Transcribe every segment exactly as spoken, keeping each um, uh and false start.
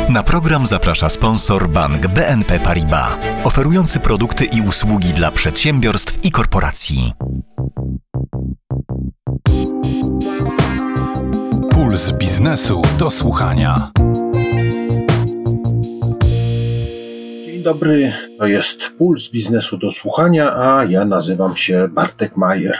Na program zaprasza sponsor bank B N P Paribas, oferujący produkty i usługi dla przedsiębiorstw i korporacji. Puls biznesu do słuchania. Dzień dobry, to jest Puls biznesu do słuchania, a ja nazywam się Bartek Majer.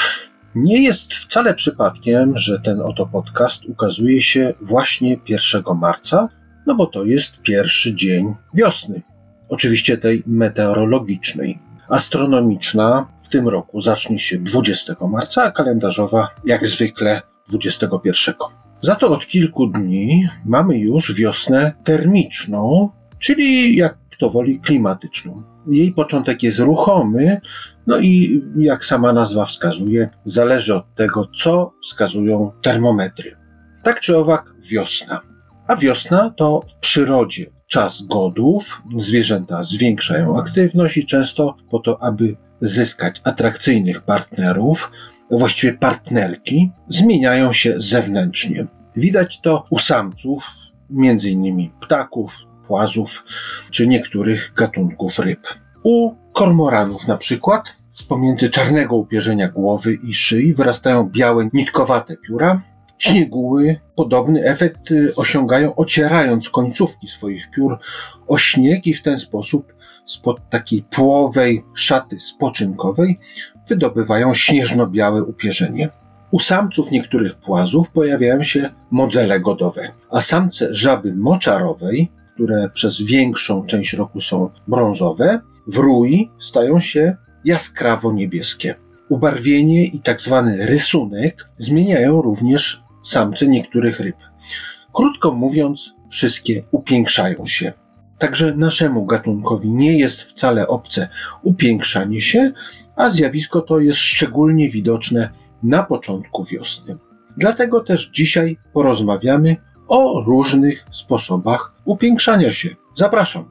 Nie jest wcale przypadkiem, że ten oto podcast ukazuje się właśnie pierwszego marca, no bo to jest pierwszy dzień wiosny. Oczywiście tej meteorologicznej. Astronomiczna w tym roku zacznie się dwudziestego marca, a kalendarzowa jak zwykle dwudziestego pierwszego. Za to od kilku dni mamy już wiosnę termiczną, czyli jak kto woli klimatyczną. Jej początek jest ruchomy, no i jak sama nazwa wskazuje, zależy od tego, co wskazują termometry. Tak czy owak wiosna. A wiosna to w przyrodzie czas godów, zwierzęta zwiększają aktywność i często po to, aby zyskać atrakcyjnych partnerów, właściwie partnerki, zmieniają się zewnętrznie. Widać to u samców, między innymi ptaków, płazów czy niektórych gatunków ryb. U kormoranów na przykład z pomiędzy czarnego upierzenia głowy i szyi wyrastają białe, nitkowate pióra. Śnieguły podobny efekt osiągają, ocierając końcówki swoich piór o śnieg i w ten sposób spod takiej płowej szaty spoczynkowej wydobywają śnieżno-białe upierzenie. U samców niektórych płazów pojawiają się modzele godowe, a samce żaby moczarowej, które przez większą część roku są brązowe, w rui stają się jaskrawo niebieskie. Ubarwienie i tak zwany rysunek zmieniają również samce niektórych ryb. Krótko mówiąc, wszystkie upiększają się. Także naszemu gatunkowi nie jest wcale obce upiększanie się, a zjawisko to jest szczególnie widoczne na początku wiosny. Dlatego też dzisiaj porozmawiamy o różnych sposobach upiększania się. Zapraszam.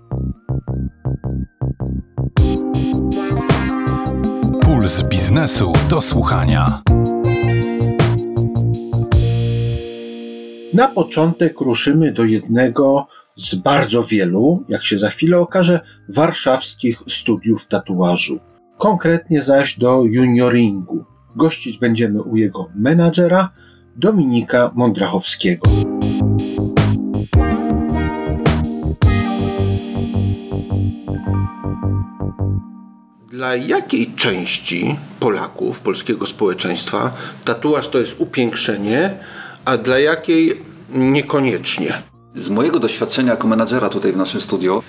Puls biznesu do słuchania. Na początek ruszymy do jednego z bardzo wielu, jak się za chwilę okaże, warszawskich studiów tatuażu. Konkretnie zaś do junioringu. Gościć będziemy u jego menadżera Dominika Mądrachowskiego. Dla jakiej części Polaków, polskiego społeczeństwa, tatuaż to jest upiększenie, a dla jakiej niekoniecznie? Z mojego doświadczenia jako menadżera tutaj w naszym studiu,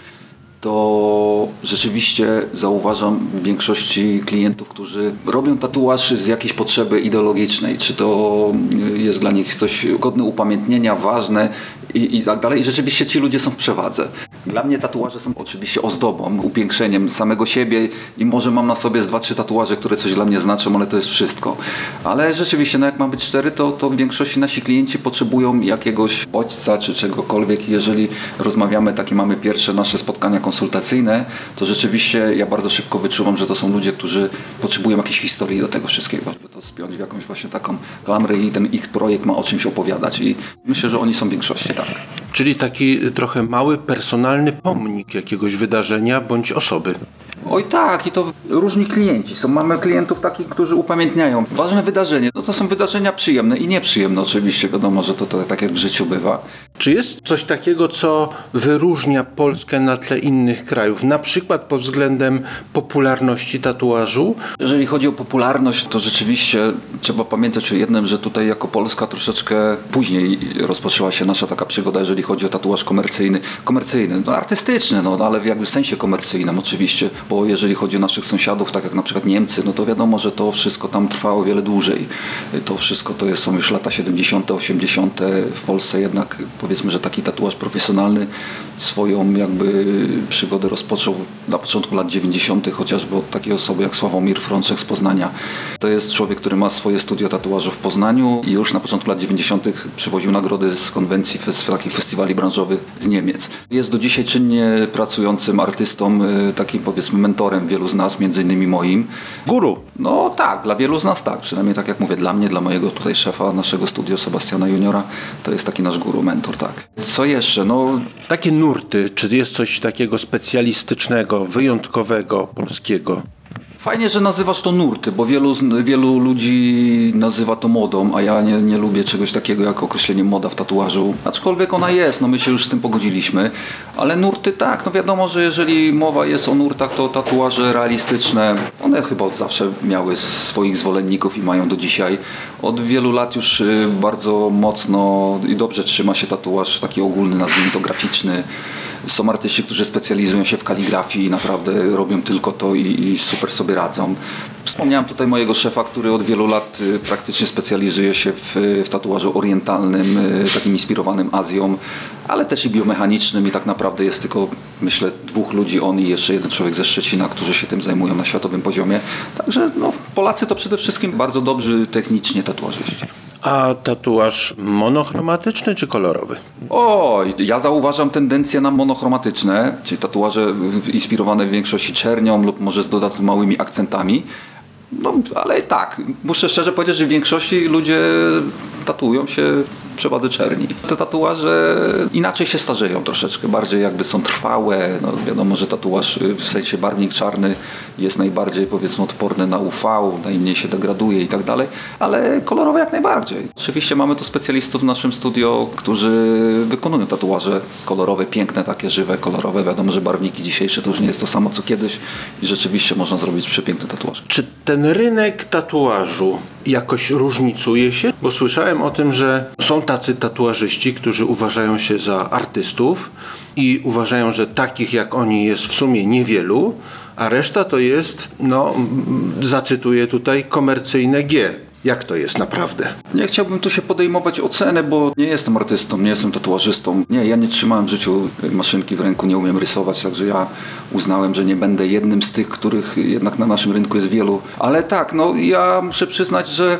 to rzeczywiście zauważam w większości klientów, którzy robią tatuaż z jakiejś potrzeby ideologicznej, czy to jest dla nich coś godne upamiętnienia, ważne i, i tak dalej. I rzeczywiście ci ludzie są w przewadze. Dla mnie tatuaże są oczywiście ozdobą, upiększeniem samego siebie i może mam na sobie z dwa, trzy tatuaże, które coś dla mnie znaczą, ale to jest wszystko. Ale rzeczywiście, no jak mam być szczery, to, to w większości nasi klienci potrzebują jakiegoś bodźca czy czegokolwiek. Jeżeli rozmawiamy, takie mamy pierwsze nasze spotkania konsultacyjne, to rzeczywiście ja bardzo szybko wyczuwam, że to są ludzie, którzy potrzebują jakiejś historii do tego wszystkiego, żeby to spiąć w jakąś właśnie taką klamrę i ten ich projekt ma o czymś opowiadać i myślę, że oni są w większości tak. Czyli taki trochę mały, personalny pomnik jakiegoś wydarzenia bądź osoby. Oj tak, i to różni klienci są. Mamy klientów takich, którzy upamiętniają ważne wydarzenie. No to są wydarzenia przyjemne i nieprzyjemne oczywiście. Wiadomo, że to, to tak jak w życiu bywa. Czy jest coś takiego, co wyróżnia Polskę na tle innych krajów? Na przykład pod względem popularności tatuażu? Jeżeli chodzi o popularność, to rzeczywiście trzeba pamiętać o jednym, że tutaj jako Polska troszeczkę później rozpoczęła się nasza taka przygoda, jeżeli chodzi o tatuaż komercyjny. Komercyjny, no artystyczny, no ale jakby w sensie komercyjnym oczywiście. Bo jeżeli chodzi o naszych sąsiadów, tak jak na przykład Niemcy, no to wiadomo, że to wszystko tam trwało wiele dłużej. To wszystko to jest, są już lata siedemdziesiąte, osiemdziesiąte. W Polsce jednak powiedzmy, że taki tatuaż profesjonalny swoją jakby przygodę rozpoczął na początku lat dziewięćdziesiątych, chociażby od takiej osoby jak Sławomir Frączek z Poznania. To jest człowiek, który ma swoje studio tatuażu w Poznaniu i już na początku lat dziewięćdziesiątych przywoził nagrody z konwencji, z takich festiwali branżowych z Niemiec. Jest do dzisiaj czynnie pracującym artystą, takim powiedzmy powiedzmy mentorem wielu z nas, między innymi moim. Guru. No tak, dla wielu z nas tak, przynajmniej tak jak mówię, dla mnie, dla mojego tutaj szefa naszego studio, Sebastiana Juniora, to jest taki nasz guru, mentor, tak. Co jeszcze? No Takie nurty, czy jest coś takiego specjalistycznego, wyjątkowego, polskiego? fajnie, że nazywasz to nurty, bo wielu, wielu ludzi nazywa to modą, a ja nie, nie lubię czegoś takiego jak określenie moda w tatuażu. Aczkolwiek ona jest, no my się już z tym pogodziliśmy. Ale nurty tak, no wiadomo, że jeżeli mowa jest o nurtach, to tatuaże realistyczne, one chyba od zawsze miały swoich zwolenników i mają do dzisiaj. Od wielu lat już bardzo mocno i dobrze trzyma się tatuaż taki ogólny, nazwijmy to graficzny. Są artyści, którzy specjalizują się w kaligrafii i naprawdę robią tylko to i, i super sobie radzą. Wspomniałem tutaj mojego szefa, który od wielu lat praktycznie specjalizuje się w, w tatuażu orientalnym, takim inspirowanym Azją, ale też i biomechanicznym i tak naprawdę jest tylko, myślę, dwóch ludzi, on i jeszcze jeden człowiek ze Szczecina, którzy się tym zajmują na światowym poziomie. Także no, Polacy to przede wszystkim bardzo dobrzy technicznie tatuażyści. A tatuaż monochromatyczny czy kolorowy? O, ja zauważam tendencje na monochromatyczne, czyli tatuaże inspirowane w większości czernią lub może z dodatkowymi małymi akcentami. No, ale tak, muszę szczerze powiedzieć, że w większości ludzie tatuują się w przewadze czerni. Te tatuaże inaczej się starzeją troszeczkę, bardziej jakby są trwałe. No, wiadomo, że tatuaż w sensie barwnik czarny jest najbardziej, powiedzmy, odporny na U V, najmniej się degraduje i tak dalej, ale kolorowe jak najbardziej. Oczywiście mamy tu specjalistów w naszym studio, którzy wykonują tatuaże kolorowe, piękne, takie żywe, kolorowe. Wiadomo, że barwniki dzisiejsze to już nie jest to samo co kiedyś i rzeczywiście można zrobić przepiękny tatuaż. Czy ten rynek tatuażu jakoś różnicuje się? Bo słyszałem o tym, że są tacy tatuażyści, którzy uważają się za artystów i uważają, że takich jak oni jest w sumie niewielu, a reszta to jest, no, zacytuję tutaj, komercyjne G. Jak to jest naprawdę? Nie chciałbym tu się podejmować oceny, bo nie jestem artystą, nie jestem tatuażystą. Nie, ja nie trzymałem w życiu maszynki w ręku, nie umiem rysować, także ja uznałem, że nie będę jednym z tych, których jednak na naszym rynku jest wielu. Ale tak, no ja muszę przyznać, że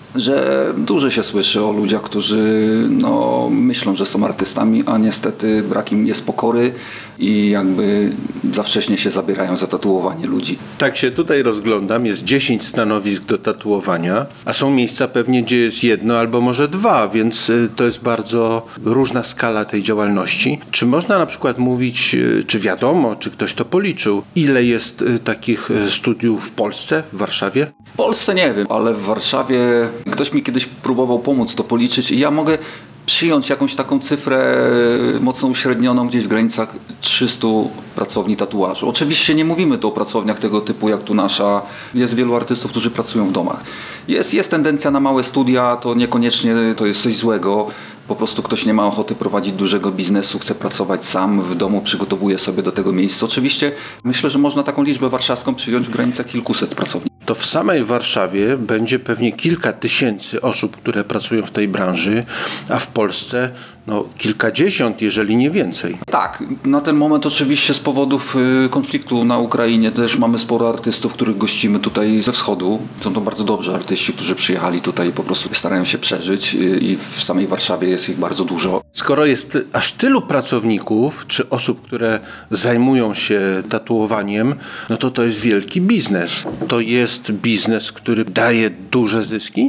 że dużo się słyszy o ludziach, którzy no, myślą, że są artystami, a niestety brak im jest pokory i jakby za wcześnie się zabierają za tatuowanie ludzi. Tak się tutaj rozglądam, jest dziesięć stanowisk do tatuowania, a są miejsca pewnie, gdzie jest jedno albo może dwa, więc to jest bardzo różna skala tej działalności. Czy można na przykład mówić, czy wiadomo, czy ktoś to policzył, ile jest takich studiów w Polsce, w Warszawie? W Polsce nie wiem, ale w Warszawie ktoś mi kiedyś próbował pomóc to policzyć i ja mogę przyjąć jakąś taką cyfrę mocno uśrednioną gdzieś w granicach trzysta pracowni tatuażu. Oczywiście nie mówimy tu o pracowniach tego typu jak tu nasza. Jest wielu artystów, którzy pracują w domach. Jest, jest tendencja na małe studia, to niekoniecznie to jest coś złego. Po prostu ktoś nie ma ochoty prowadzić dużego biznesu, chce pracować sam w domu, przygotowuje sobie do tego miejsce. Oczywiście myślę, że można taką liczbę warszawską przyjąć w granicach kilkuset pracowni. To w samej Warszawie będzie pewnie kilka tysięcy osób, które pracują w tej branży, a w Polsce no, kilkadziesiąt, jeżeli nie więcej. Tak, na ten moment oczywiście z powodów konfliktu na Ukrainie też mamy sporo artystów, których gościmy tutaj ze wschodu. Są to bardzo dobrzy artyści, którzy przyjechali tutaj i po prostu starają się przeżyć i w samej Warszawie jest ich bardzo dużo. Skoro jest aż tylu pracowników, czy osób, które zajmują się tatuowaniem, no to to jest wielki biznes. To jest biznes, który daje duże zyski?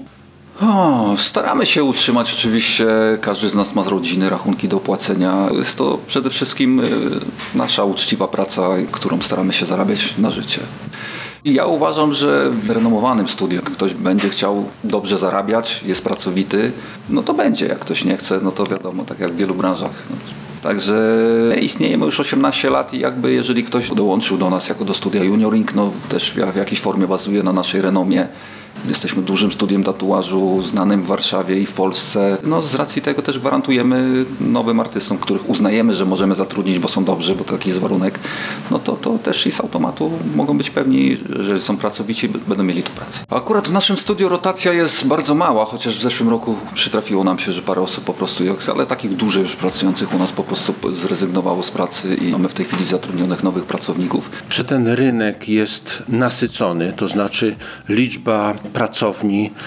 O, staramy się utrzymać oczywiście, każdy z nas ma rodziny, rachunki do opłacenia. Jest to przede wszystkim nasza uczciwa praca, którą staramy się zarabiać na życie. I ja uważam, że w renomowanym studiu ktoś będzie chciał dobrze zarabiać, jest pracowity, no to będzie. Jak ktoś nie chce, no to wiadomo, tak jak w wielu branżach. No. Także istniejemy już osiemnaście lat i jakby jeżeli ktoś dołączył do nas jako do studia Junioring, no też w jakiejś formie bazuje na naszej renomie. Jesteśmy dużym studiem tatuażu, znanym w Warszawie i w Polsce. No, z racji tego też gwarantujemy nowym artystom, których uznajemy, że możemy zatrudnić, bo są dobrzy, bo taki jest warunek, no to, to też i z automatu mogą być pewni, że są pracowici i będą mieli tu pracę. Akurat w naszym studiu rotacja jest bardzo mała, chociaż w zeszłym roku przytrafiło nam się, że parę osób po prostu, ale takich dużych już pracujących u nas po prostu zrezygnowało z pracy i mamy w tej chwili zatrudnionych nowych pracowników. Czy ten rynek jest nasycony, to znaczy liczba pracowni,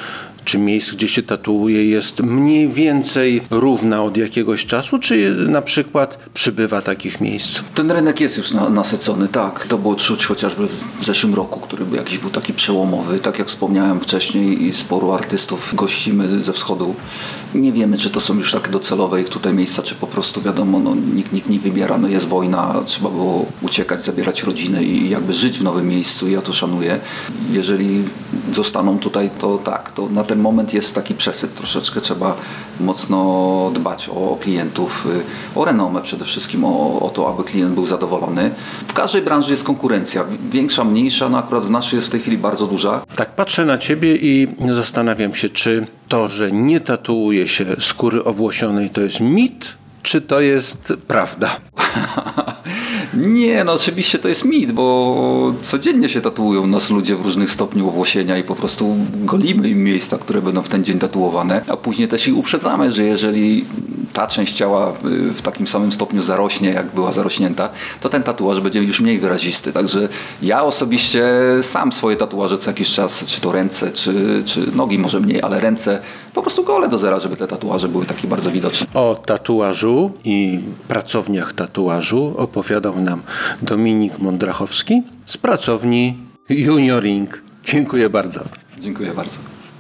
czy miejsc, gdzie się tatuuje, jest mniej więcej równa od jakiegoś czasu, czy na przykład przybywa takich miejsc? Ten rynek jest już na, nasycony, tak. To było czuć chociażby w zeszłym roku, który był jakiś był taki przełomowy. Tak jak wspomniałem wcześniej i sporo artystów gościmy ze wschodu. Nie wiemy, czy to są już takie docelowe ich tutaj miejsca, czy po prostu wiadomo, no, nikt, nikt nie wybiera, no jest wojna, trzeba było uciekać, zabierać rodziny i jakby żyć w nowym miejscu. Ja to szanuję. Jeżeli zostaną tutaj, to tak, to na ten moment jest taki przesyt. Troszeczkę trzeba mocno dbać o klientów, o renomę przede wszystkim, o, o to, aby klient był zadowolony. W każdej branży jest konkurencja, większa, mniejsza, no akurat w naszej jest w tej chwili bardzo duża. Tak patrzę na ciebie i zastanawiam się, czy to, że nie tatuuje się skóry owłosionej, to jest mit, czy to jest prawda? Nie, no oczywiście to jest mit, bo codziennie się tatuują nas ludzie w różnych stopniu owłosienia i po prostu golimy im miejsca, które będą w ten dzień tatuowane, a później też ich uprzedzamy, że jeżeli ta część ciała w takim samym stopniu zarośnie, jak była zarośnięta, to ten tatuaż będzie już mniej wyrazisty. Także ja osobiście sam swoje tatuaże co jakiś czas, czy to ręce, czy, czy nogi może mniej, ale ręce po prostu golę do zera, żeby te tatuaże były takie bardzo widoczne. O tatuażu i pracowniach tatuażu opowiadał nam Dominik Mądrachowski z pracowni Junioring. Dziękuję bardzo. Dziękuję bardzo.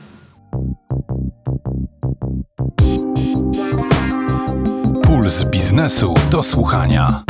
Puls biznesu do słuchania.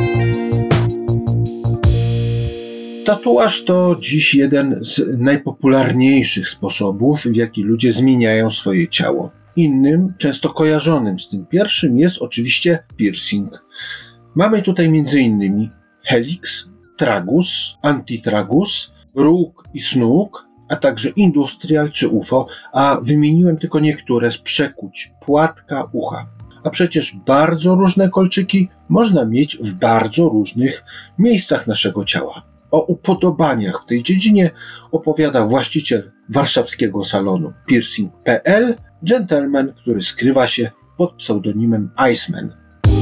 Tatuaż to dziś jeden z najpopularniejszych sposobów, w jaki ludzie zmieniają swoje ciało. Innym, często kojarzonym z tym pierwszym jest oczywiście piercing. Mamy tutaj m.in. helix, tragus, antitragus, róg i snuk, a także industrial czy U F O, a wymieniłem tylko niektóre z przekuć, płatka ucha. A przecież bardzo różne kolczyki można mieć w bardzo różnych miejscach naszego ciała. O upodobaniach w tej dziedzinie opowiada właściciel warszawskiego salonu piercing kropka p l, dżentelmen, który skrywa się pod pseudonimem Iceman.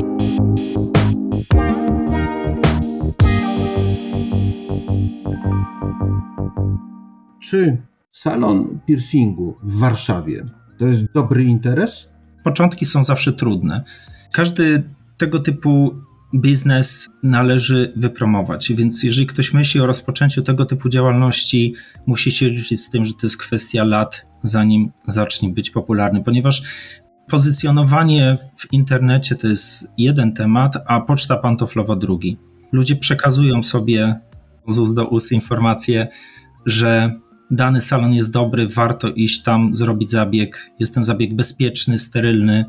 Czy salon piercingu w Warszawie to jest dobry interes? Początki są zawsze trudne. Każdy tego typu biznes należy wypromować, więc jeżeli ktoś myśli o rozpoczęciu tego typu działalności, musi się liczyć z tym, że to jest kwestia lat, zanim zacznie być popularny, ponieważ pozycjonowanie w internecie to jest jeden temat, a poczta pantoflowa drugi. Ludzie przekazują sobie z ust do ust informacje, że dany salon jest dobry, warto iść tam, zrobić zabieg, jest ten zabieg bezpieczny, sterylny,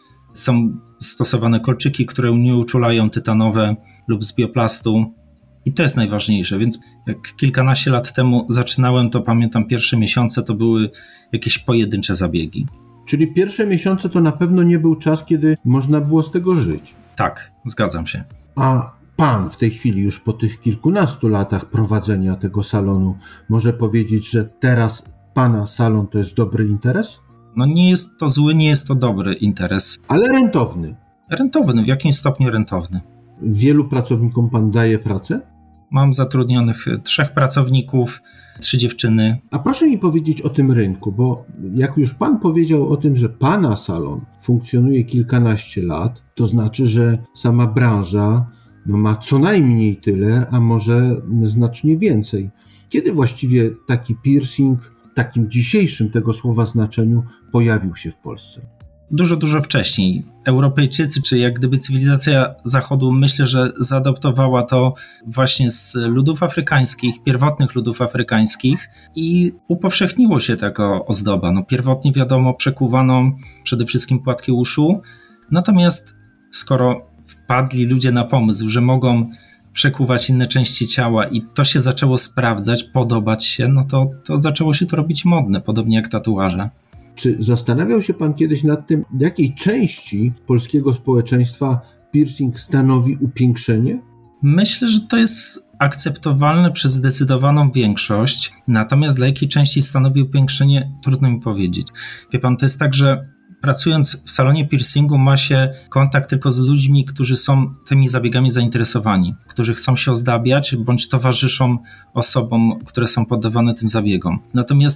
są stosowane kolczyki, które nie uczulają, tytanowe lub z bioplastu i to jest najważniejsze, więc jak kilkanaście lat temu zaczynałem, to pamiętam pierwsze miesiące to były jakieś pojedyncze zabiegi. Czyli pierwsze miesiące to na pewno nie był czas, kiedy można było z tego żyć. Tak, zgadzam się. A pan w tej chwili już po tych kilkunastu latach prowadzenia tego salonu może powiedzieć, że teraz pana salon to jest dobry interes? No nie jest to zły, nie jest to dobry interes. Ale rentowny. Rentowny, w jakim stopniu rentowny? Wielu pracownikom pan daje pracę? Mam zatrudnionych trzech pracowników, trzy dziewczyny. A proszę mi powiedzieć o tym rynku, bo jak już pan powiedział o tym, że pana salon funkcjonuje kilkanaście lat, to znaczy, że sama branża no, ma co najmniej tyle, a może znacznie więcej. Kiedy właściwie taki piercing w takim dzisiejszym tego słowa znaczeniu pojawił się w Polsce? Dużo, dużo wcześniej. Europejczycy, czy jak gdyby cywilizacja Zachodu, myślę, że zaadoptowała to właśnie z ludów afrykańskich, pierwotnych ludów afrykańskich i upowszechniło się taka ozdoba. No, pierwotnie wiadomo przekuwano przede wszystkim płatki uszu, natomiast skoro wpadli ludzie na pomysł, że mogą przekuwać inne części ciała i to się zaczęło sprawdzać, podobać się, no to, to zaczęło się to robić modne, podobnie jak tatuaże. Czy zastanawiał się pan kiedyś nad tym, jakiej części polskiego społeczeństwa piercing stanowi upiększenie? Myślę, że to jest akceptowalne przez zdecydowaną większość, natomiast dla jakiej części stanowi upiększenie, trudno mi powiedzieć. Wie pan, to jest tak, że pracując w salonie piercingu ma się kontakt tylko z ludźmi, którzy są tymi zabiegami zainteresowani, którzy chcą się ozdabiać bądź towarzyszą osobom, które są poddawane tym zabiegom. Natomiast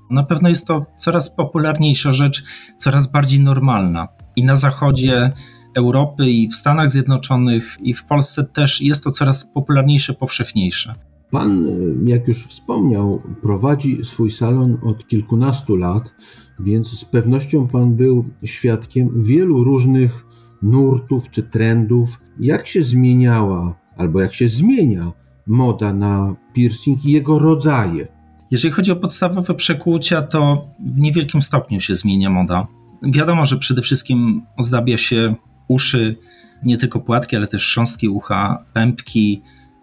Na pewno jest to coraz popularniejsza rzecz, coraz bardziej normalna. I na zachodzie Europy, i w Stanach Zjednoczonych, i w Polsce też jest to coraz popularniejsze, powszechniejsze. Pan, jak już wspomniał, prowadzi swój salon od kilkunastu lat, więc z pewnością pan był świadkiem wielu różnych nurtów czy trendów. Jak się zmieniała, albo jak się zmienia moda na piercing i jego rodzaje? Jeżeli chodzi o podstawowe przekłucia, to w niewielkim stopniu się zmienia moda. Wiadomo, że przede wszystkim ozdabia się uszy, nie tylko płatki, ale też sząstki ucha, pępki,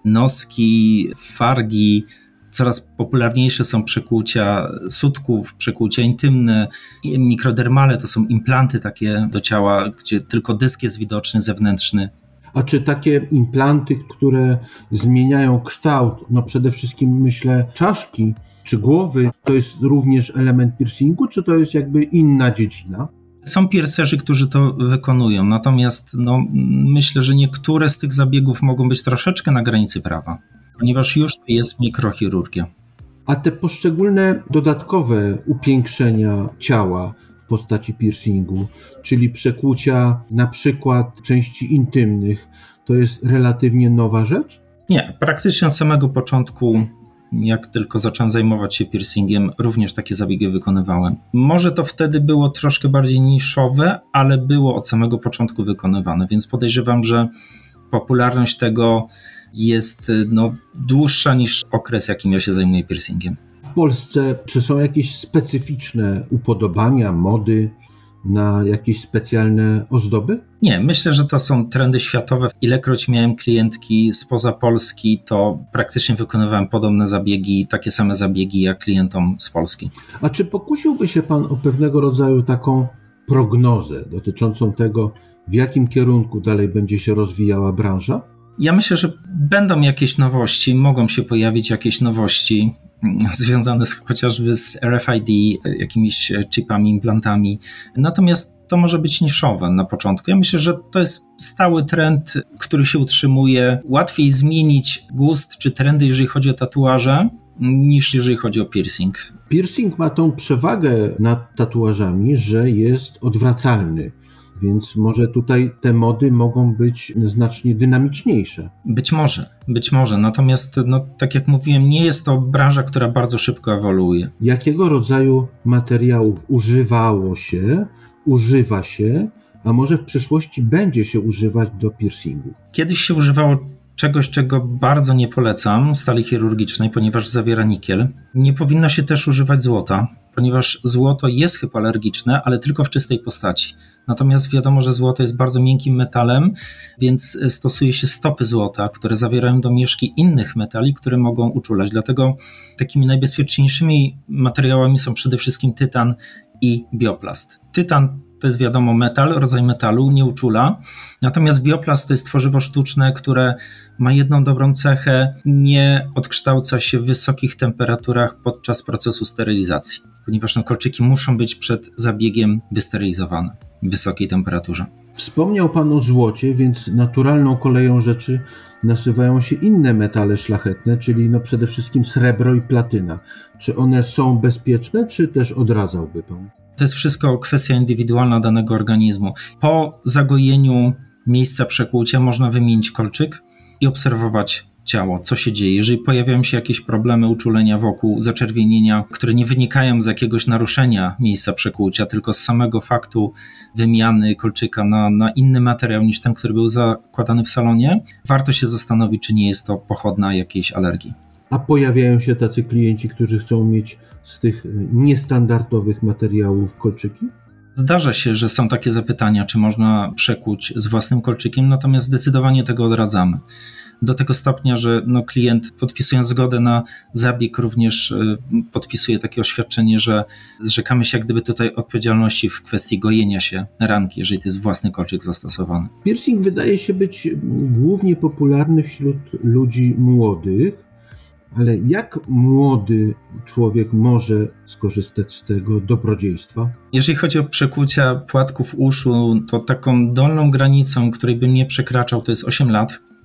noski, wargi. Coraz popularniejsze są przekłucia sutków, przekłucia intymne. Mikrodermale to są implanty takie do ciała, gdzie tylko dysk jest widoczny, zewnętrzny. A czy takie implanty, które zmieniają kształt, no przede wszystkim myślę czaszki czy głowy, to jest również element piercingu, czy to jest jakby inna dziedzina? Są piercerzy, którzy to wykonują, natomiast no, myślę, że niektóre z tych zabiegów mogą być troszeczkę na granicy prawa, ponieważ już jest mikrochirurgia. A te poszczególne dodatkowe upiększenia ciała w postaci piercingu, czyli przekłucia na przykład części intymnych, to jest relatywnie nowa rzecz? Nie, praktycznie od samego początku, jak tylko zacząłem zajmować się piercingiem, również takie zabiegi wykonywałem. Może to wtedy było troszkę bardziej niszowe, ale było od samego początku wykonywane, więc podejrzewam, że popularność tego jest no, dłuższa niż okres, jakim ja się zajmuję piercingiem. W Polsce czy są jakieś specyficzne upodobania, mody na jakieś specjalne ozdoby? Nie, myślę, że to są trendy światowe. Ilekroć miałem klientki spoza Polski, to praktycznie wykonywałem podobne zabiegi, takie same zabiegi jak klientom z Polski. A czy pokusiłby się pan o pewnego rodzaju taką prognozę dotyczącą tego, w jakim kierunku dalej będzie się rozwijała branża? Ja myślę, że będą jakieś nowości, mogą się pojawić jakieś nowości związane z, chociażby z R F I D, jakimiś chipami, implantami. Natomiast to może być niszowe na początku. Ja myślę, że to jest stały trend, który się utrzymuje. Łatwiej zmienić gust czy trendy, jeżeli chodzi o tatuaże, niż jeżeli chodzi o piercing. Piercing ma tą przewagę nad tatuażami, że jest odwracalny. Więc może tutaj te mody mogą być znacznie dynamiczniejsze. Być może, być może. Natomiast, no, tak jak mówiłem, nie jest to branża, która bardzo szybko ewoluuje. Jakiego rodzaju materiałów używało się, używa się, a może w przyszłości będzie się używać do piercingu? Kiedyś się używało czegoś, czego bardzo nie polecam, stali chirurgicznej, ponieważ zawiera nikiel. Nie powinno się też używać złota, ponieważ złoto jest hypoalergiczne, ale tylko w czystej postaci. Natomiast wiadomo, że złoto jest bardzo miękkim metalem, więc stosuje się stopy złota, które zawierają domieszki innych metali, które mogą uczulać. Dlatego takimi najbezpieczniejszymi materiałami są przede wszystkim tytan i bioplast. Tytan to jest wiadomo metal, rodzaj metalu, nie uczula. Natomiast bioplast to jest tworzywo sztuczne, które ma jedną dobrą cechę, nie odkształca się w wysokich temperaturach podczas procesu sterylizacji, ponieważ no, kolczyki muszą być przed zabiegiem wysterylizowane w wysokiej temperaturze. Wspomniał pan o złocie, więc naturalną koleją rzeczy nasuwają się inne metale szlachetne, czyli no przede wszystkim srebro i platyna. Czy one są bezpieczne, czy też odradzałby pan? To jest wszystko kwestia indywidualna danego organizmu. Po zagojeniu miejsca przekłucia można wymienić kolczyk i obserwować ciało, co się dzieje. Jeżeli pojawiają się jakieś problemy uczulenia wokół, zaczerwienienia, które nie wynikają z jakiegoś naruszenia miejsca przekłucia, tylko z samego faktu wymiany kolczyka na, na inny materiał niż ten, który był zakładany w salonie, warto się zastanowić, czy nie jest to pochodna jakiejś alergii. A pojawiają się tacy klienci, którzy chcą mieć z tych niestandardowych materiałów kolczyki? Zdarza się, że są takie zapytania, czy można przekłuć z własnym kolczykiem, natomiast zdecydowanie tego odradzamy. Do tego stopnia, że no, klient podpisując zgodę na zabieg również y, podpisuje takie oświadczenie, że zrzekamy się jak gdyby tutaj odpowiedzialności w kwestii gojenia się ranki, jeżeli to jest własny kolczyk zastosowany. Piercing wydaje się być głównie popularny wśród ludzi młodych, ale jak młody człowiek może skorzystać z tego dobrodziejstwa? Jeżeli chodzi o przekłucia płatków uszu, to taką dolną granicą, której bym nie przekraczał, to jest osiem lat.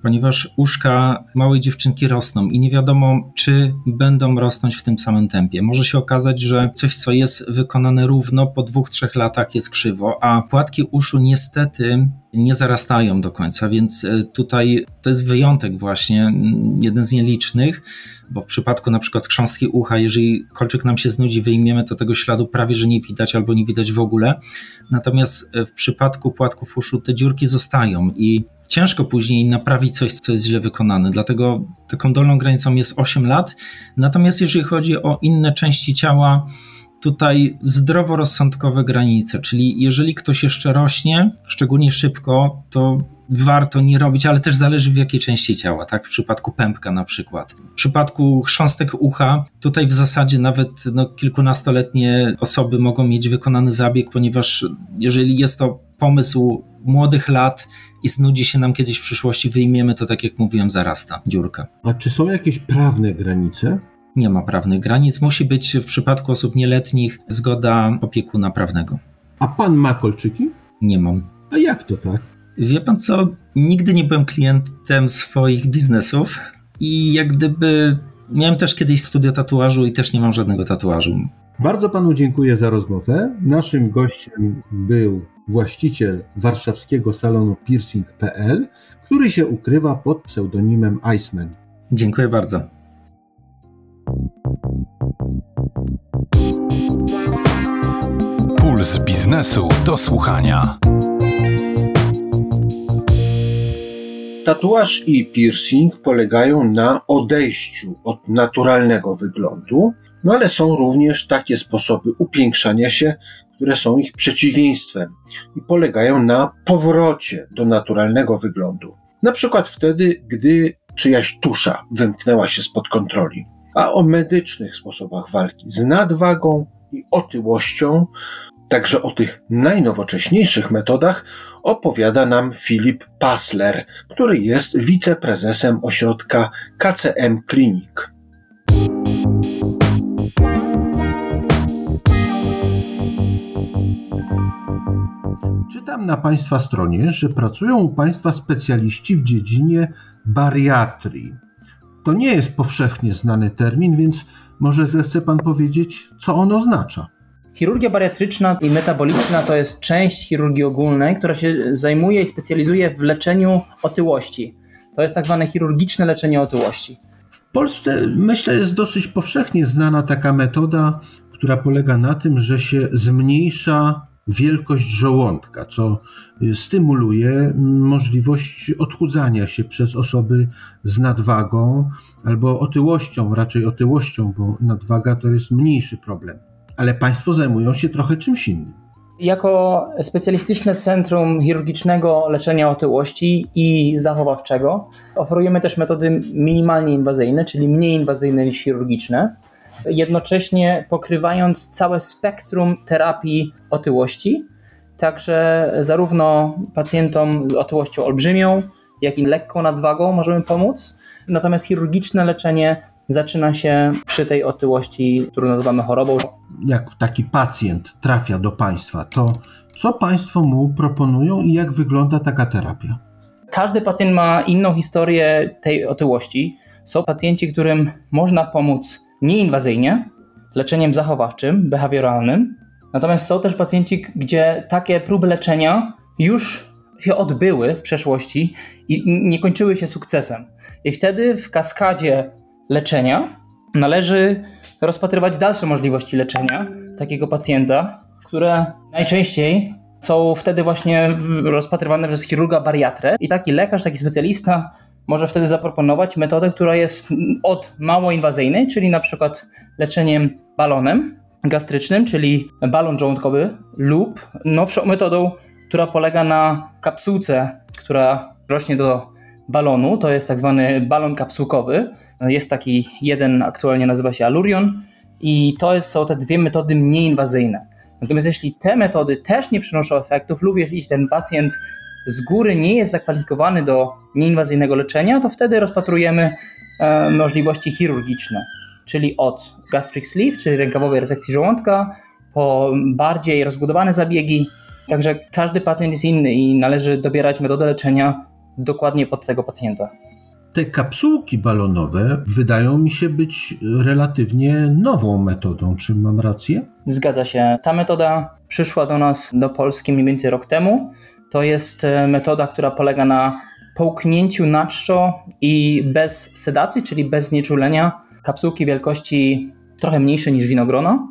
ponieważ uszka małej dziewczynki rosną i nie wiadomo, czy będą rosnąć w tym samym tempie. Może się okazać, że coś, co jest wykonane równo, po dwóch, trzech latach jest krzywo, a płatki uszu niestety nie zarastają do końca, więc tutaj to jest wyjątek właśnie, jeden z nielicznych, bo w przypadku na przykład chrząstki ucha, jeżeli kolczyk nam się znudzi, wyjmiemy, to tego śladu prawie że nie widać albo nie widać w ogóle. Natomiast w przypadku płatków uszu te dziurki zostają i ciężko później naprawić coś, co jest źle wykonane. Dlatego taką dolną granicą jest osiem lat. Natomiast jeżeli chodzi o inne części ciała, tutaj zdroworozsądkowe granice, czyli jeżeli ktoś jeszcze rośnie, szczególnie szybko, to warto nie robić, ale też zależy w jakiej części ciała, tak? W przypadku pępka na przykład. W przypadku chrząstek ucha, tutaj w zasadzie nawet no, kilkunastoletnie osoby mogą mieć wykonany zabieg, ponieważ jeżeli jest to pomysł młodych lat i znudzi się nam kiedyś w przyszłości, wyjmiemy, to tak jak mówiłem, zarasta dziurka. A czy są jakieś prawne granice? Nie ma prawnych granic. Musi być w przypadku osób nieletnich zgoda opiekuna prawnego. A pan ma kolczyki? Nie mam. A jak to tak? Wie pan co? Nigdy nie byłem klientem swoich biznesów i jak gdyby miałem też kiedyś studio tatuażu i też nie mam żadnego tatuażu. Bardzo panu dziękuję za rozmowę. Naszym gościem był właściciel warszawskiego salonu piercing kropka p l, który się ukrywa pod pseudonimem Iceman. Dziękuję bardzo. Puls biznesu do słuchania. Tatuaż i piercing polegają na odejściu od naturalnego wyglądu, no ale są również takie sposoby upiększania się, które są ich przeciwieństwem i polegają na powrocie do naturalnego wyglądu. Na przykład wtedy, gdy czyjaś tusza wymknęła się spod kontroli. A o medycznych sposobach walki z nadwagą i otyłością, także o tych najnowocześniejszych metodach, opowiada nam Filip Passler, który jest wiceprezesem ośrodka K C M Clinic. Czytam na państwa stronie, że pracują u państwa specjaliści w dziedzinie bariatrii. To nie jest powszechnie znany termin, więc może zechce pan powiedzieć, co on oznacza? Chirurgia bariatryczna i metaboliczna to jest część chirurgii ogólnej, która się zajmuje i specjalizuje w leczeniu otyłości. To jest tak zwane chirurgiczne leczenie otyłości. W Polsce, myślę, jest dosyć powszechnie znana taka metoda, która polega na tym, że się zmniejsza wielkość żołądka, co stymuluje możliwość odchudzania się przez osoby z nadwagą albo otyłością, raczej otyłością, bo nadwaga to jest mniejszy problem. Ale państwo zajmują się trochę czymś innym. Jako specjalistyczne centrum chirurgicznego leczenia otyłości i zachowawczego oferujemy też metody minimalnie inwazyjne, czyli mniej inwazyjne niż chirurgiczne, jednocześnie pokrywając całe spektrum terapii otyłości, także zarówno pacjentom z otyłością olbrzymią, jak i lekką nadwagą możemy pomóc. Natomiast chirurgiczne leczenie zaczyna się przy tej otyłości, którą nazywamy chorobą. Jak taki pacjent trafia do państwa, to co państwo mu proponują i jak wygląda taka terapia? Każdy pacjent ma inną historię tej otyłości. Są pacjenci, którym można pomóc nieinwazyjnie, leczeniem zachowawczym, behawioralnym. Natomiast są też pacjenci, gdzie takie próby leczenia już się odbyły w przeszłości i nie kończyły się sukcesem. I wtedy w kaskadzie leczenia należy rozpatrywać dalsze możliwości leczenia takiego pacjenta, które najczęściej są wtedy właśnie rozpatrywane przez chirurga bariatrę i taki lekarz, taki specjalista może wtedy zaproponować metodę, która jest od mało inwazyjnej, czyli na przykład leczeniem balonem gastrycznym, czyli balon żołądkowy, lub nowszą metodą, która polega na kapsułce, która rośnie do balonu, to jest tak zwany balon kapsułkowy. Jest taki jeden, aktualnie nazywa się Allurion i to jest, są te dwie metody mniej inwazyjne. Natomiast jeśli te metody też nie przynoszą efektów lub jeśli ten pacjent z góry nie jest zakwalifikowany do nieinwazyjnego leczenia, to wtedy rozpatrujemy e, możliwości chirurgiczne, czyli od gastric sleeve, czyli rękawowej resekcji żołądka, po bardziej rozbudowane zabiegi. Także każdy pacjent jest inny i należy dobierać metodę leczenia dokładnie pod tego pacjenta. Te kapsułki balonowe wydają mi się być relatywnie nową metodą. Czy mam rację? Zgadza się. Ta metoda przyszła do nas, do Polski mniej więcej rok temu. To jest metoda, która polega na połknięciu na czczo i bez sedacji, czyli bez znieczulenia, kapsułki wielkości trochę mniejsze niż winogrona.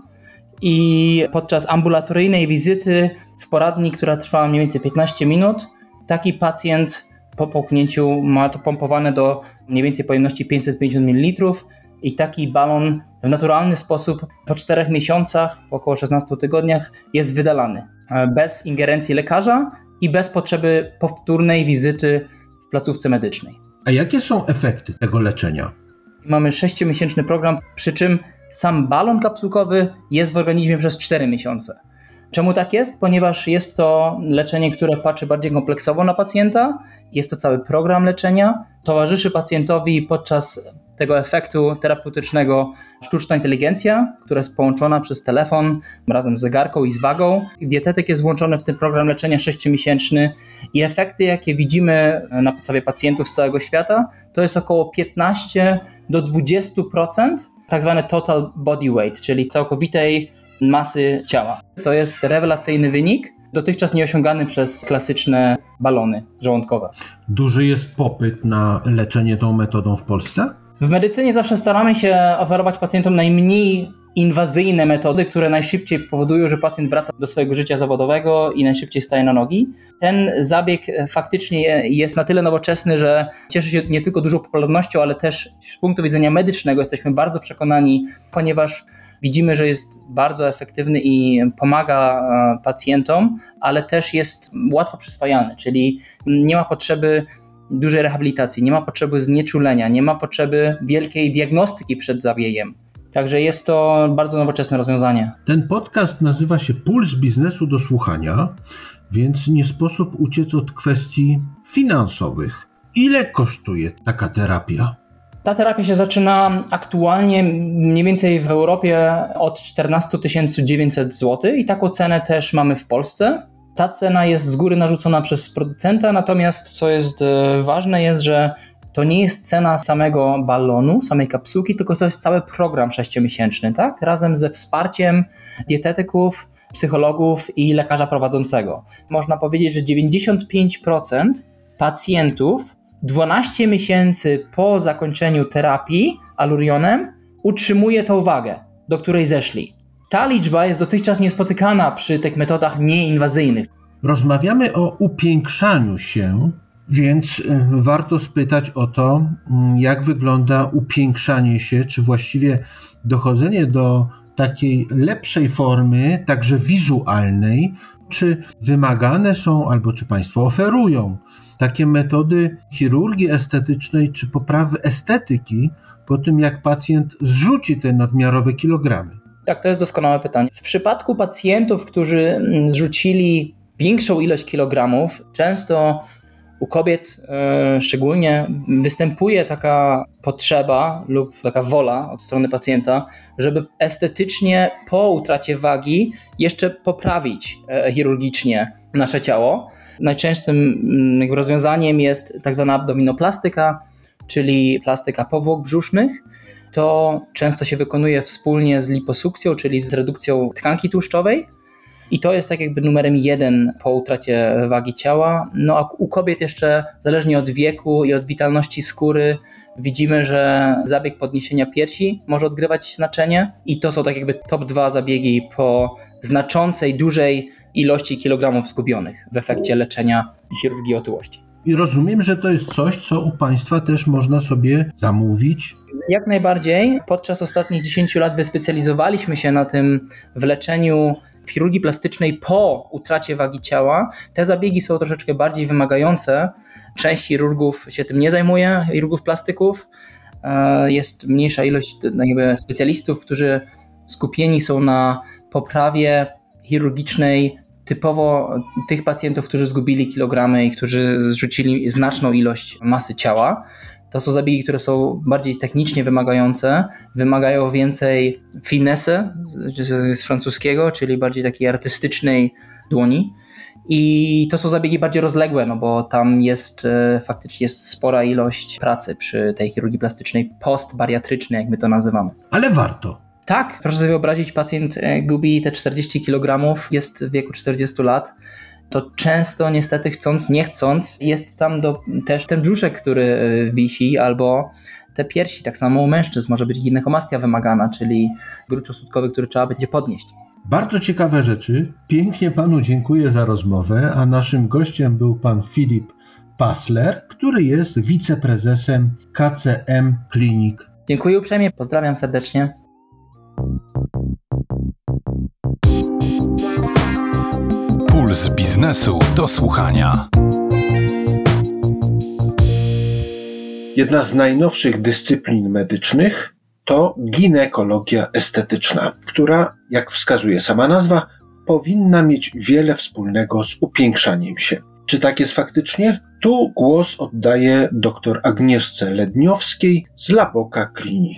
I podczas ambulatoryjnej wizyty w poradni, która trwała mniej więcej piętnaście minut, taki pacjent po połknięciu ma to pompowane do mniej więcej pojemności pięćset pięćdziesiąt mililitrów i taki balon w naturalny sposób po czterech miesiącach, po około szesnastu tygodniach jest wydalany. Bez ingerencji lekarza i bez potrzeby powtórnej wizyty w placówce medycznej. A jakie są efekty tego leczenia? Mamy sześciomiesięczny program, przy czym sam balon kapsułkowy jest w organizmie przez cztery miesiące. Czemu tak jest? Ponieważ jest to leczenie, które patrzy bardziej kompleksowo na pacjenta, jest to cały program leczenia, towarzyszy pacjentowi podczas tego efektu terapeutycznego sztuczna inteligencja, która jest połączona przez telefon razem z zegarką i z wagą. Dietetyk jest włączony w ten program leczenia sześciomiesięczny i efekty, jakie widzimy na podstawie pacjentów z całego świata, to jest około piętnaście do dwudziestu procent tak zwany total body weight, czyli całkowitej masy ciała. To jest rewelacyjny wynik, dotychczas nieosiągany przez klasyczne balony żołądkowe. Duży jest popyt na leczenie tą metodą w Polsce? W medycynie zawsze staramy się oferować pacjentom najmniej inwazyjne metody, które najszybciej powodują, że pacjent wraca do swojego życia zawodowego i najszybciej staje na nogi. Ten zabieg faktycznie jest na tyle nowoczesny, że cieszy się nie tylko dużą popularnością, ale też z punktu widzenia medycznego jesteśmy bardzo przekonani, ponieważ widzimy, że jest bardzo efektywny i pomaga pacjentom, ale też jest łatwo przyswajalny, czyli nie ma potrzeby dużej rehabilitacji, nie ma potrzeby znieczulenia, nie ma potrzeby wielkiej diagnostyki przed zabiegiem. Także jest to bardzo nowoczesne rozwiązanie. Ten podcast nazywa się Puls biznesu do słuchania, więc nie sposób uciec od kwestii finansowych. Ile kosztuje taka terapia? Ta terapia się zaczyna aktualnie mniej więcej w Europie od czternaście tysięcy dziewięćset złotych i taką cenę też mamy w Polsce. Ta cena jest z góry narzucona przez producenta, natomiast co jest ważne jest, że to nie jest cena samego balonu, samej kapsułki, tylko to jest cały program sześciomiesięczny, tak? Razem ze wsparciem dietetyków, psychologów i lekarza prowadzącego. Można powiedzieć, że dziewięćdziesiąt pięć procent pacjentów dwanaście miesięcy po zakończeniu terapii alurionem utrzymuje tą wagę, do której zeszli. Ta liczba jest dotychczas niespotykana przy tych metodach nieinwazyjnych. Rozmawiamy o upiększaniu się, więc warto spytać o to, jak wygląda upiększanie się, czy właściwie dochodzenie do takiej lepszej formy, także wizualnej, czy wymagane są, albo czy Państwo oferują takie metody chirurgii estetycznej, czy poprawy estetyki po tym, jak pacjent zrzuci te nadmiarowe kilogramy? Tak, to jest doskonałe pytanie. W przypadku pacjentów, którzy zrzucili większą ilość kilogramów, często u kobiet e, szczególnie występuje taka potrzeba lub taka wola od strony pacjenta, żeby estetycznie po utracie wagi jeszcze poprawić e, chirurgicznie nasze ciało. Najczęstszym jakby rozwiązaniem jest tak zwana abdominoplastyka, czyli plastyka powłok brzusznych. To często się wykonuje wspólnie z liposukcją, czyli z redukcją tkanki tłuszczowej. I to jest tak jakby numerem jeden po utracie wagi ciała. No a u kobiet jeszcze zależnie od wieku i od witalności skóry widzimy, że zabieg podniesienia piersi może odgrywać znaczenie i to są tak jakby top dwa zabiegi po znaczącej, dużej ilości kilogramów zgubionych w efekcie leczenia chirurgii otyłości. I rozumiem, że to jest coś, co u Państwa też można sobie zamówić. Jak najbardziej. Podczas ostatnich dziesięciu lat wyspecjalizowaliśmy się na tym w leczeniu w chirurgii plastycznej po utracie wagi ciała. Te zabiegi są troszeczkę bardziej wymagające. Część chirurgów się tym nie zajmuje, chirurgów plastyków. Jest mniejsza ilość jakby specjalistów, którzy skupieni są na poprawie chirurgicznej typowo tych pacjentów, którzy zgubili kilogramy i którzy zrzucili znaczną ilość masy ciała. To są zabiegi, które są bardziej technicznie wymagające, wymagają więcej finesse z francuskiego, czyli bardziej takiej artystycznej dłoni I to są zabiegi bardziej rozległe, no bo tam jest e, faktycznie jest spora ilość pracy przy tej chirurgii plastycznej postbariatrycznej, jak my to nazywamy. Ale warto. Tak, proszę sobie wyobrazić, pacjent e, gubi te czterdzieści kilogramów, jest w wieku czterdziestu lat. To często niestety chcąc, nie chcąc, jest tam do, też ten brzuszek, który e, wisi, albo te piersi. Tak samo u mężczyzn może być ginekomastia wymagana, czyli grucz osódkowy, który trzeba będzie podnieść. Bardzo ciekawe rzeczy. Pięknie panu dziękuję za rozmowę, a naszym gościem był pan Filip Passler, który jest wiceprezesem K C M Clinic. Dziękuję uprzejmie, pozdrawiam serdecznie. Puls biznesu do słuchania. Jedna z najnowszych dyscyplin medycznych to ginekologia estetyczna, która, jak wskazuje sama nazwa, powinna mieć wiele wspólnego z upiększaniem się. Czy tak jest faktycznie? Tu głos oddaję dr Agnieszce Ledniowskiej z Laboka Clinic.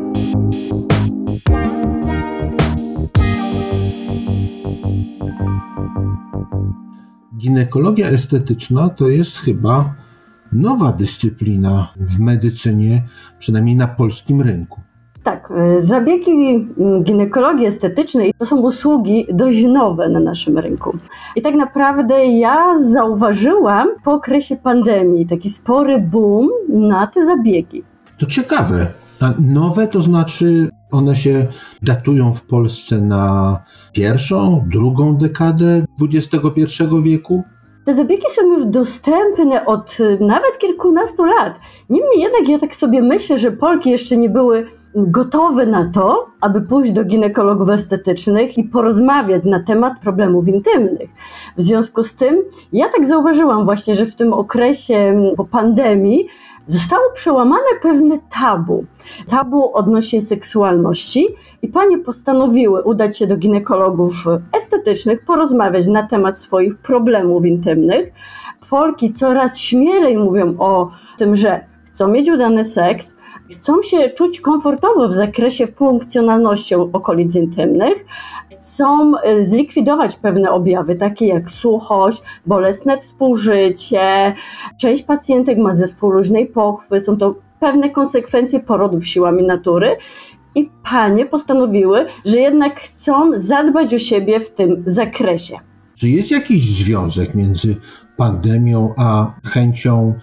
Ginekologia estetyczna to jest chyba nowa dyscyplina w medycynie, przynajmniej na polskim rynku. Tak, zabiegi ginekologii estetycznej to są usługi dość nowe na naszym rynku. I tak naprawdę ja zauważyłam po okresie pandemii taki spory boom na te zabiegi. To ciekawe. A nowe to znaczy one się datują w Polsce na pierwszą, drugą dekadę dwudziestego pierwszego wieku? Te zabiegi są już dostępne od nawet kilkunastu lat. Niemniej jednak ja tak sobie myślę, że Polki jeszcze nie były gotowe na to, aby pójść do ginekologów estetycznych i porozmawiać na temat problemów intymnych. W związku z tym ja tak zauważyłam właśnie, że w tym okresie po pandemii zostało przełamane pewne tabu. Tabu odnośnie seksualności i panie postanowiły udać się do ginekologów estetycznych, porozmawiać na temat swoich problemów intymnych. Polki coraz śmielej mówią o tym, że chcą mieć udany seks, chcą się czuć komfortowo w zakresie funkcjonalności okolic intymnych, chcą zlikwidować pewne objawy, takie jak suchość, bolesne współżycie. Część pacjentek ma zespół luźnej pochwy, są to pewne konsekwencje porodów siłami natury i panie postanowiły, że jednak chcą zadbać o siebie w tym zakresie. Czy jest jakiś związek między pandemią a chęcią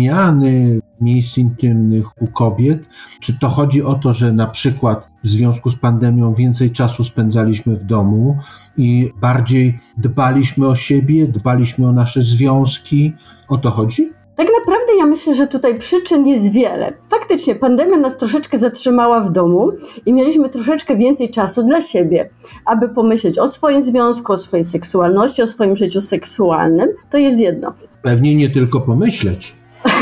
zmiany miejsc intymnych u kobiet? Czy to chodzi o to, że na przykład w związku z pandemią więcej czasu spędzaliśmy w domu i bardziej dbaliśmy o siebie, dbaliśmy o nasze związki? O to chodzi? Tak naprawdę ja myślę, że tutaj przyczyn jest wiele. Faktycznie pandemia nas troszeczkę zatrzymała w domu i mieliśmy troszeczkę więcej czasu dla siebie, aby pomyśleć o swoim związku, o swojej seksualności, o swoim życiu seksualnym. To jest jedno. Pewnie nie tylko pomyśleć.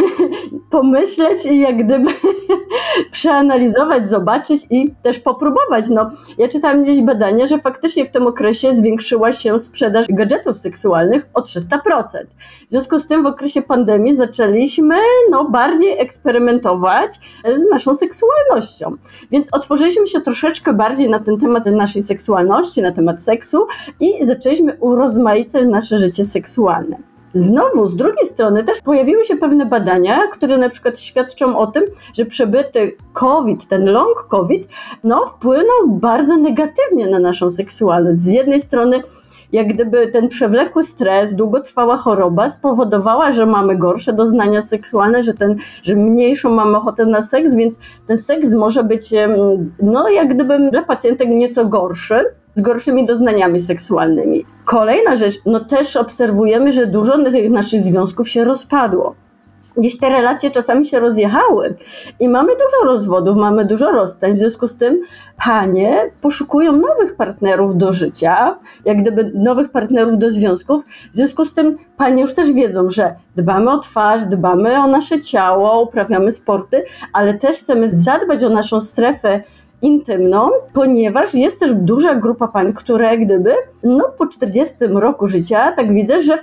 Pomyśleć i jak gdyby przeanalizować, zobaczyć i też popróbować. No, ja czytałam gdzieś badania, że faktycznie w tym okresie zwiększyła się sprzedaż gadżetów seksualnych o trzysta procent. W związku z tym w okresie pandemii zaczęliśmy no, bardziej eksperymentować z naszą seksualnością. Więc otworzyliśmy się troszeczkę bardziej na ten temat naszej seksualności, na temat seksu i zaczęliśmy urozmaicać nasze życie seksualne. Znowu, z drugiej strony też pojawiły się pewne badania, które na przykład świadczą o tym, że przebyty COVID, ten long COVID, no, wpłynął bardzo negatywnie na naszą seksualność. Z jednej strony jak gdyby ten przewlekły stres, długotrwała choroba spowodowała, że mamy gorsze doznania seksualne, że, ten, że mniejszą mamy ochotę na seks, więc ten seks może być no, jak gdyby dla pacjentek nieco gorszy, z gorszymi doznaniami seksualnymi. Kolejna rzecz, no też obserwujemy, że dużo tych naszych związków się rozpadło. Gdzieś te relacje czasami się rozjechały i mamy dużo rozwodów, mamy dużo rozstań, w związku z tym panie poszukują nowych partnerów do życia, jak gdyby nowych partnerów do związków, w związku z tym panie już też wiedzą, że dbamy o twarz, dbamy o nasze ciało, uprawiamy sporty, ale też chcemy zadbać o naszą strefę intymną, ponieważ jest też duża grupa pań, które jak gdyby no, po czterdziestym roku życia, tak widzę, że w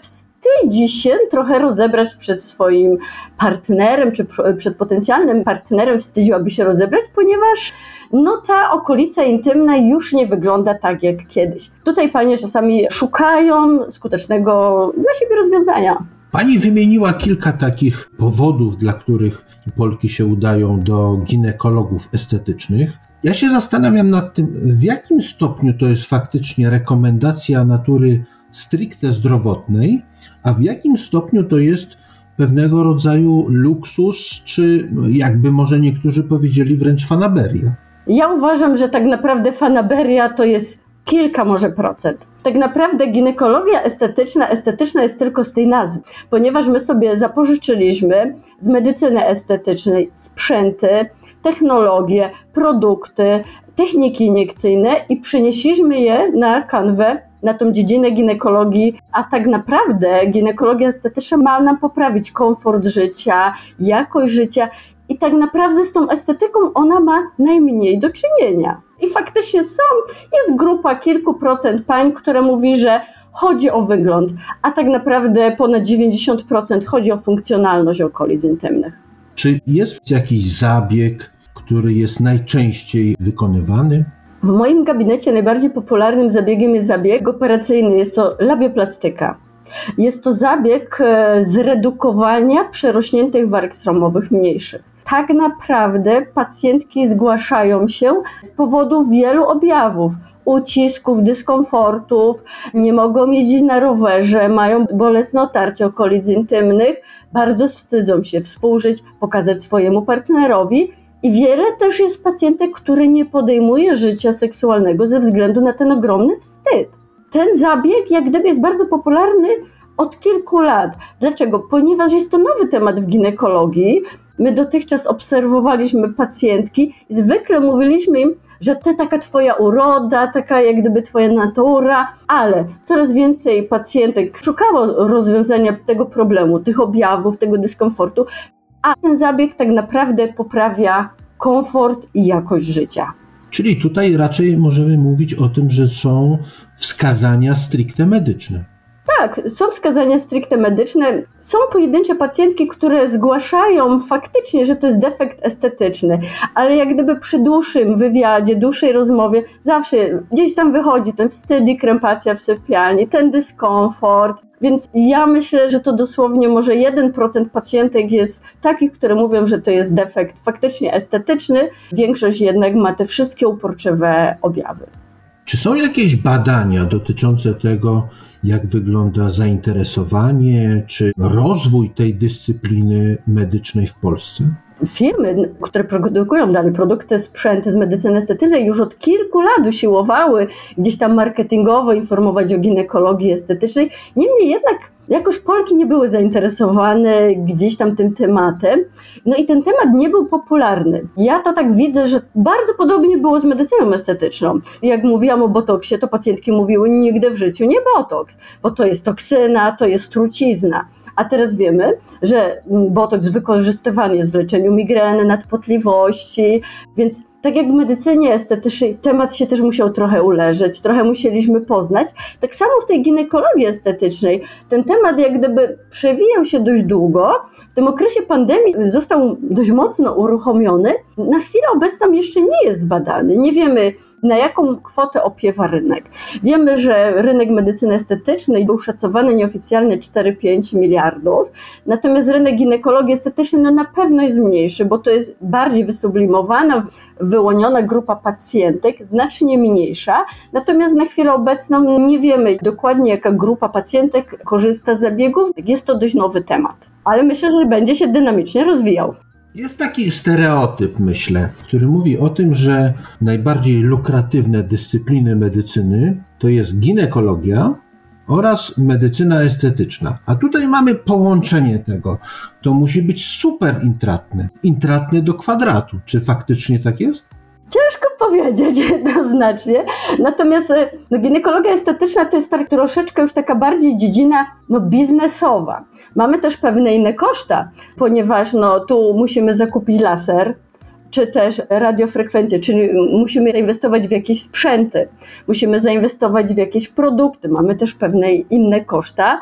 wstydzi się trochę rozebrać przed swoim partnerem, czy przed potencjalnym partnerem wstydziłaby się rozebrać, ponieważ no ta okolica intymna już nie wygląda tak jak kiedyś. Tutaj panie czasami szukają skutecznego dla siebie rozwiązania. Pani wymieniła kilka takich powodów, dla których Polki się udają do ginekologów estetycznych. Ja się zastanawiam nad tym, w jakim stopniu to jest faktycznie rekomendacja natury stricte zdrowotnej, a w jakim stopniu to jest pewnego rodzaju luksus, czy jakby może niektórzy powiedzieli wręcz fanaberia. Ja uważam, że tak naprawdę fanaberia to jest kilka może procent. Tak naprawdę ginekologia estetyczna, estetyczna jest tylko z tej nazwy, ponieważ my sobie zapożyczyliśmy z medycyny estetycznej sprzęty, technologie, produkty, techniki iniekcyjne i przenieśliśmy je na kanwę, na tą dziedzinę ginekologii, a tak naprawdę ginekologia estetyczna ma nam poprawić komfort życia, jakość życia i tak naprawdę z tą estetyką ona ma najmniej do czynienia. I faktycznie są, jest grupa kilku procent pań, która mówi, że chodzi o wygląd, a tak naprawdę ponad dziewięćdziesiąt procent chodzi o funkcjonalność okolic intymnych. Czy jest jakiś zabieg, który jest najczęściej wykonywany? W moim gabinecie najbardziej popularnym zabiegiem jest zabieg operacyjny, jest to labioplastyka. Jest to zabieg zredukowania przerośniętych warg sromowych mniejszych. Tak naprawdę pacjentki zgłaszają się z powodu wielu objawów, ucisków, dyskomfortów, nie mogą jeździć na rowerze, mają bolesne otarcie okolic intymnych, bardzo wstydzą się współżyć, pokazać swojemu partnerowi. I wiele też jest pacjentek, które nie podejmuje życia seksualnego ze względu na ten ogromny wstyd. Ten zabieg jak gdyby jest bardzo popularny od kilku lat. Dlaczego? Ponieważ jest to nowy temat w ginekologii. My dotychczas obserwowaliśmy pacjentki i zwykle mówiliśmy im, że to taka twoja uroda, taka jak gdyby twoja natura, ale coraz więcej pacjentek szukało rozwiązania tego problemu, tych objawów, tego dyskomfortu, a ten zabieg tak naprawdę poprawia komfort i jakość życia. Czyli tutaj raczej możemy mówić o tym, że są wskazania stricte medyczne. Tak, są wskazania stricte medyczne. Są pojedyncze pacjentki, które zgłaszają faktycznie, że to jest defekt estetyczny, ale jak gdyby przy dłuższym wywiadzie, dłuższej rozmowie zawsze gdzieś tam wychodzi ten wstyd i krępacja w sypialni, ten dyskomfort. Więc ja myślę, że to dosłownie może jeden procent pacjentek jest takich, które mówią, że to jest defekt faktycznie estetyczny. Większość jednak ma te wszystkie uporczywe objawy. Czy są jakieś badania dotyczące tego, jak wygląda zainteresowanie czy rozwój tej dyscypliny medycznej w Polsce? Firmy, które produkują dalej produkty, sprzęty z medycyny estetycznej już od kilku lat usiłowały gdzieś tam marketingowo informować o ginekologii estetycznej. Niemniej jednak jakoś Polki nie były zainteresowane gdzieś tam tym tematem. No i ten temat nie był popularny. Ja to tak widzę, że bardzo podobnie było z medycyną estetyczną. Jak mówiłam o botoksie, to pacjentki mówiły nigdy w życiu nie botoks, bo to jest toksyna, to jest trucizna. A teraz wiemy, że botoks wykorzystywany jest w leczeniu migreny, nadpotliwości, więc tak jak w medycynie estetycznej temat się też musiał trochę uleżeć, trochę musieliśmy poznać. Tak samo w tej ginekologii estetycznej ten temat jak gdyby przewijał się dość długo. W tym okresie pandemii został dość mocno uruchomiony. Na chwilę obecną jeszcze nie jest zbadany. Nie wiemy, na jaką kwotę opiewa rynek. Wiemy, że rynek medycyny estetycznej był szacowany nieoficjalnie cztery do pięciu miliardów, natomiast rynek ginekologii estetycznej no na pewno jest mniejszy, bo to jest bardziej wysublimowana, wyłoniona grupa pacjentek, znacznie mniejsza, natomiast na chwilę obecną nie wiemy dokładnie, jaka grupa pacjentek korzysta z zabiegów. Jest to dość nowy temat, ale myślę, że będzie się dynamicznie rozwijał. Jest taki stereotyp, myślę, który mówi o tym, że najbardziej lukratywne dyscypliny medycyny to jest ginekologia oraz medycyna estetyczna. A tutaj mamy połączenie tego. To musi być super intratne. Intratne do kwadratu. Czy faktycznie tak jest? Ciężko powiedzieć jednoznacznie, natomiast no, ginekologia estetyczna to jest tak troszeczkę już taka bardziej dziedzina no, biznesowa. Mamy też pewne inne koszta, ponieważ no, tu musimy zakupić laser, czy też radiofrekwencję, czyli musimy zainwestować w jakieś sprzęty, musimy zainwestować w jakieś produkty, mamy też pewne inne koszta.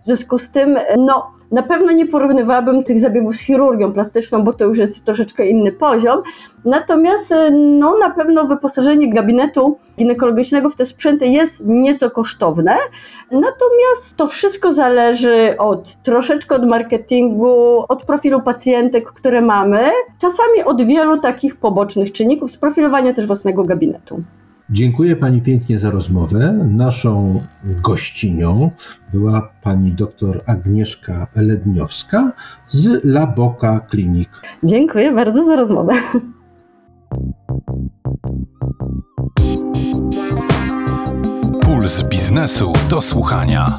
W związku z tym, no, na pewno nie porównywałabym tych zabiegów z chirurgią plastyczną, bo to już jest troszeczkę inny poziom. Natomiast no, na pewno wyposażenie gabinetu ginekologicznego w te sprzęty jest nieco kosztowne. Natomiast to wszystko zależy od troszeczkę od marketingu, od profilu pacjentek, które mamy, czasami od wielu takich pobocznych czynników, sprofilowania też własnego gabinetu. Dziękuję Pani pięknie za rozmowę. Naszą gościnią była Pani dr Agnieszka Ledniowska z Laboka Clinic. Dziękuję bardzo za rozmowę. Puls biznesu do słuchania.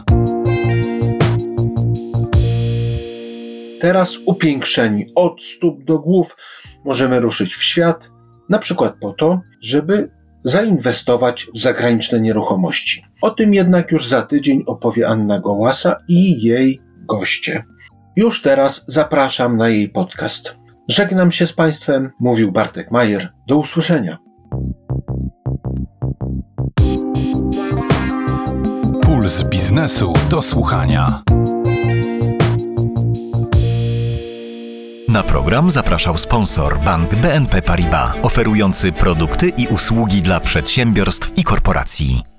Teraz upiększeni od stóp do głów możemy ruszyć w świat, na przykład po to, żeby zainwestować w zagraniczne nieruchomości. O tym jednak już za tydzień opowie Anna Gołasa i jej goście. Już teraz zapraszam na jej podcast. Żegnam się z Państwem, mówił Bartek Majer. Do usłyszenia. Puls biznesu do słuchania. Na program zapraszał sponsor bank B N P Paribas, oferujący produkty i usługi dla przedsiębiorstw i korporacji.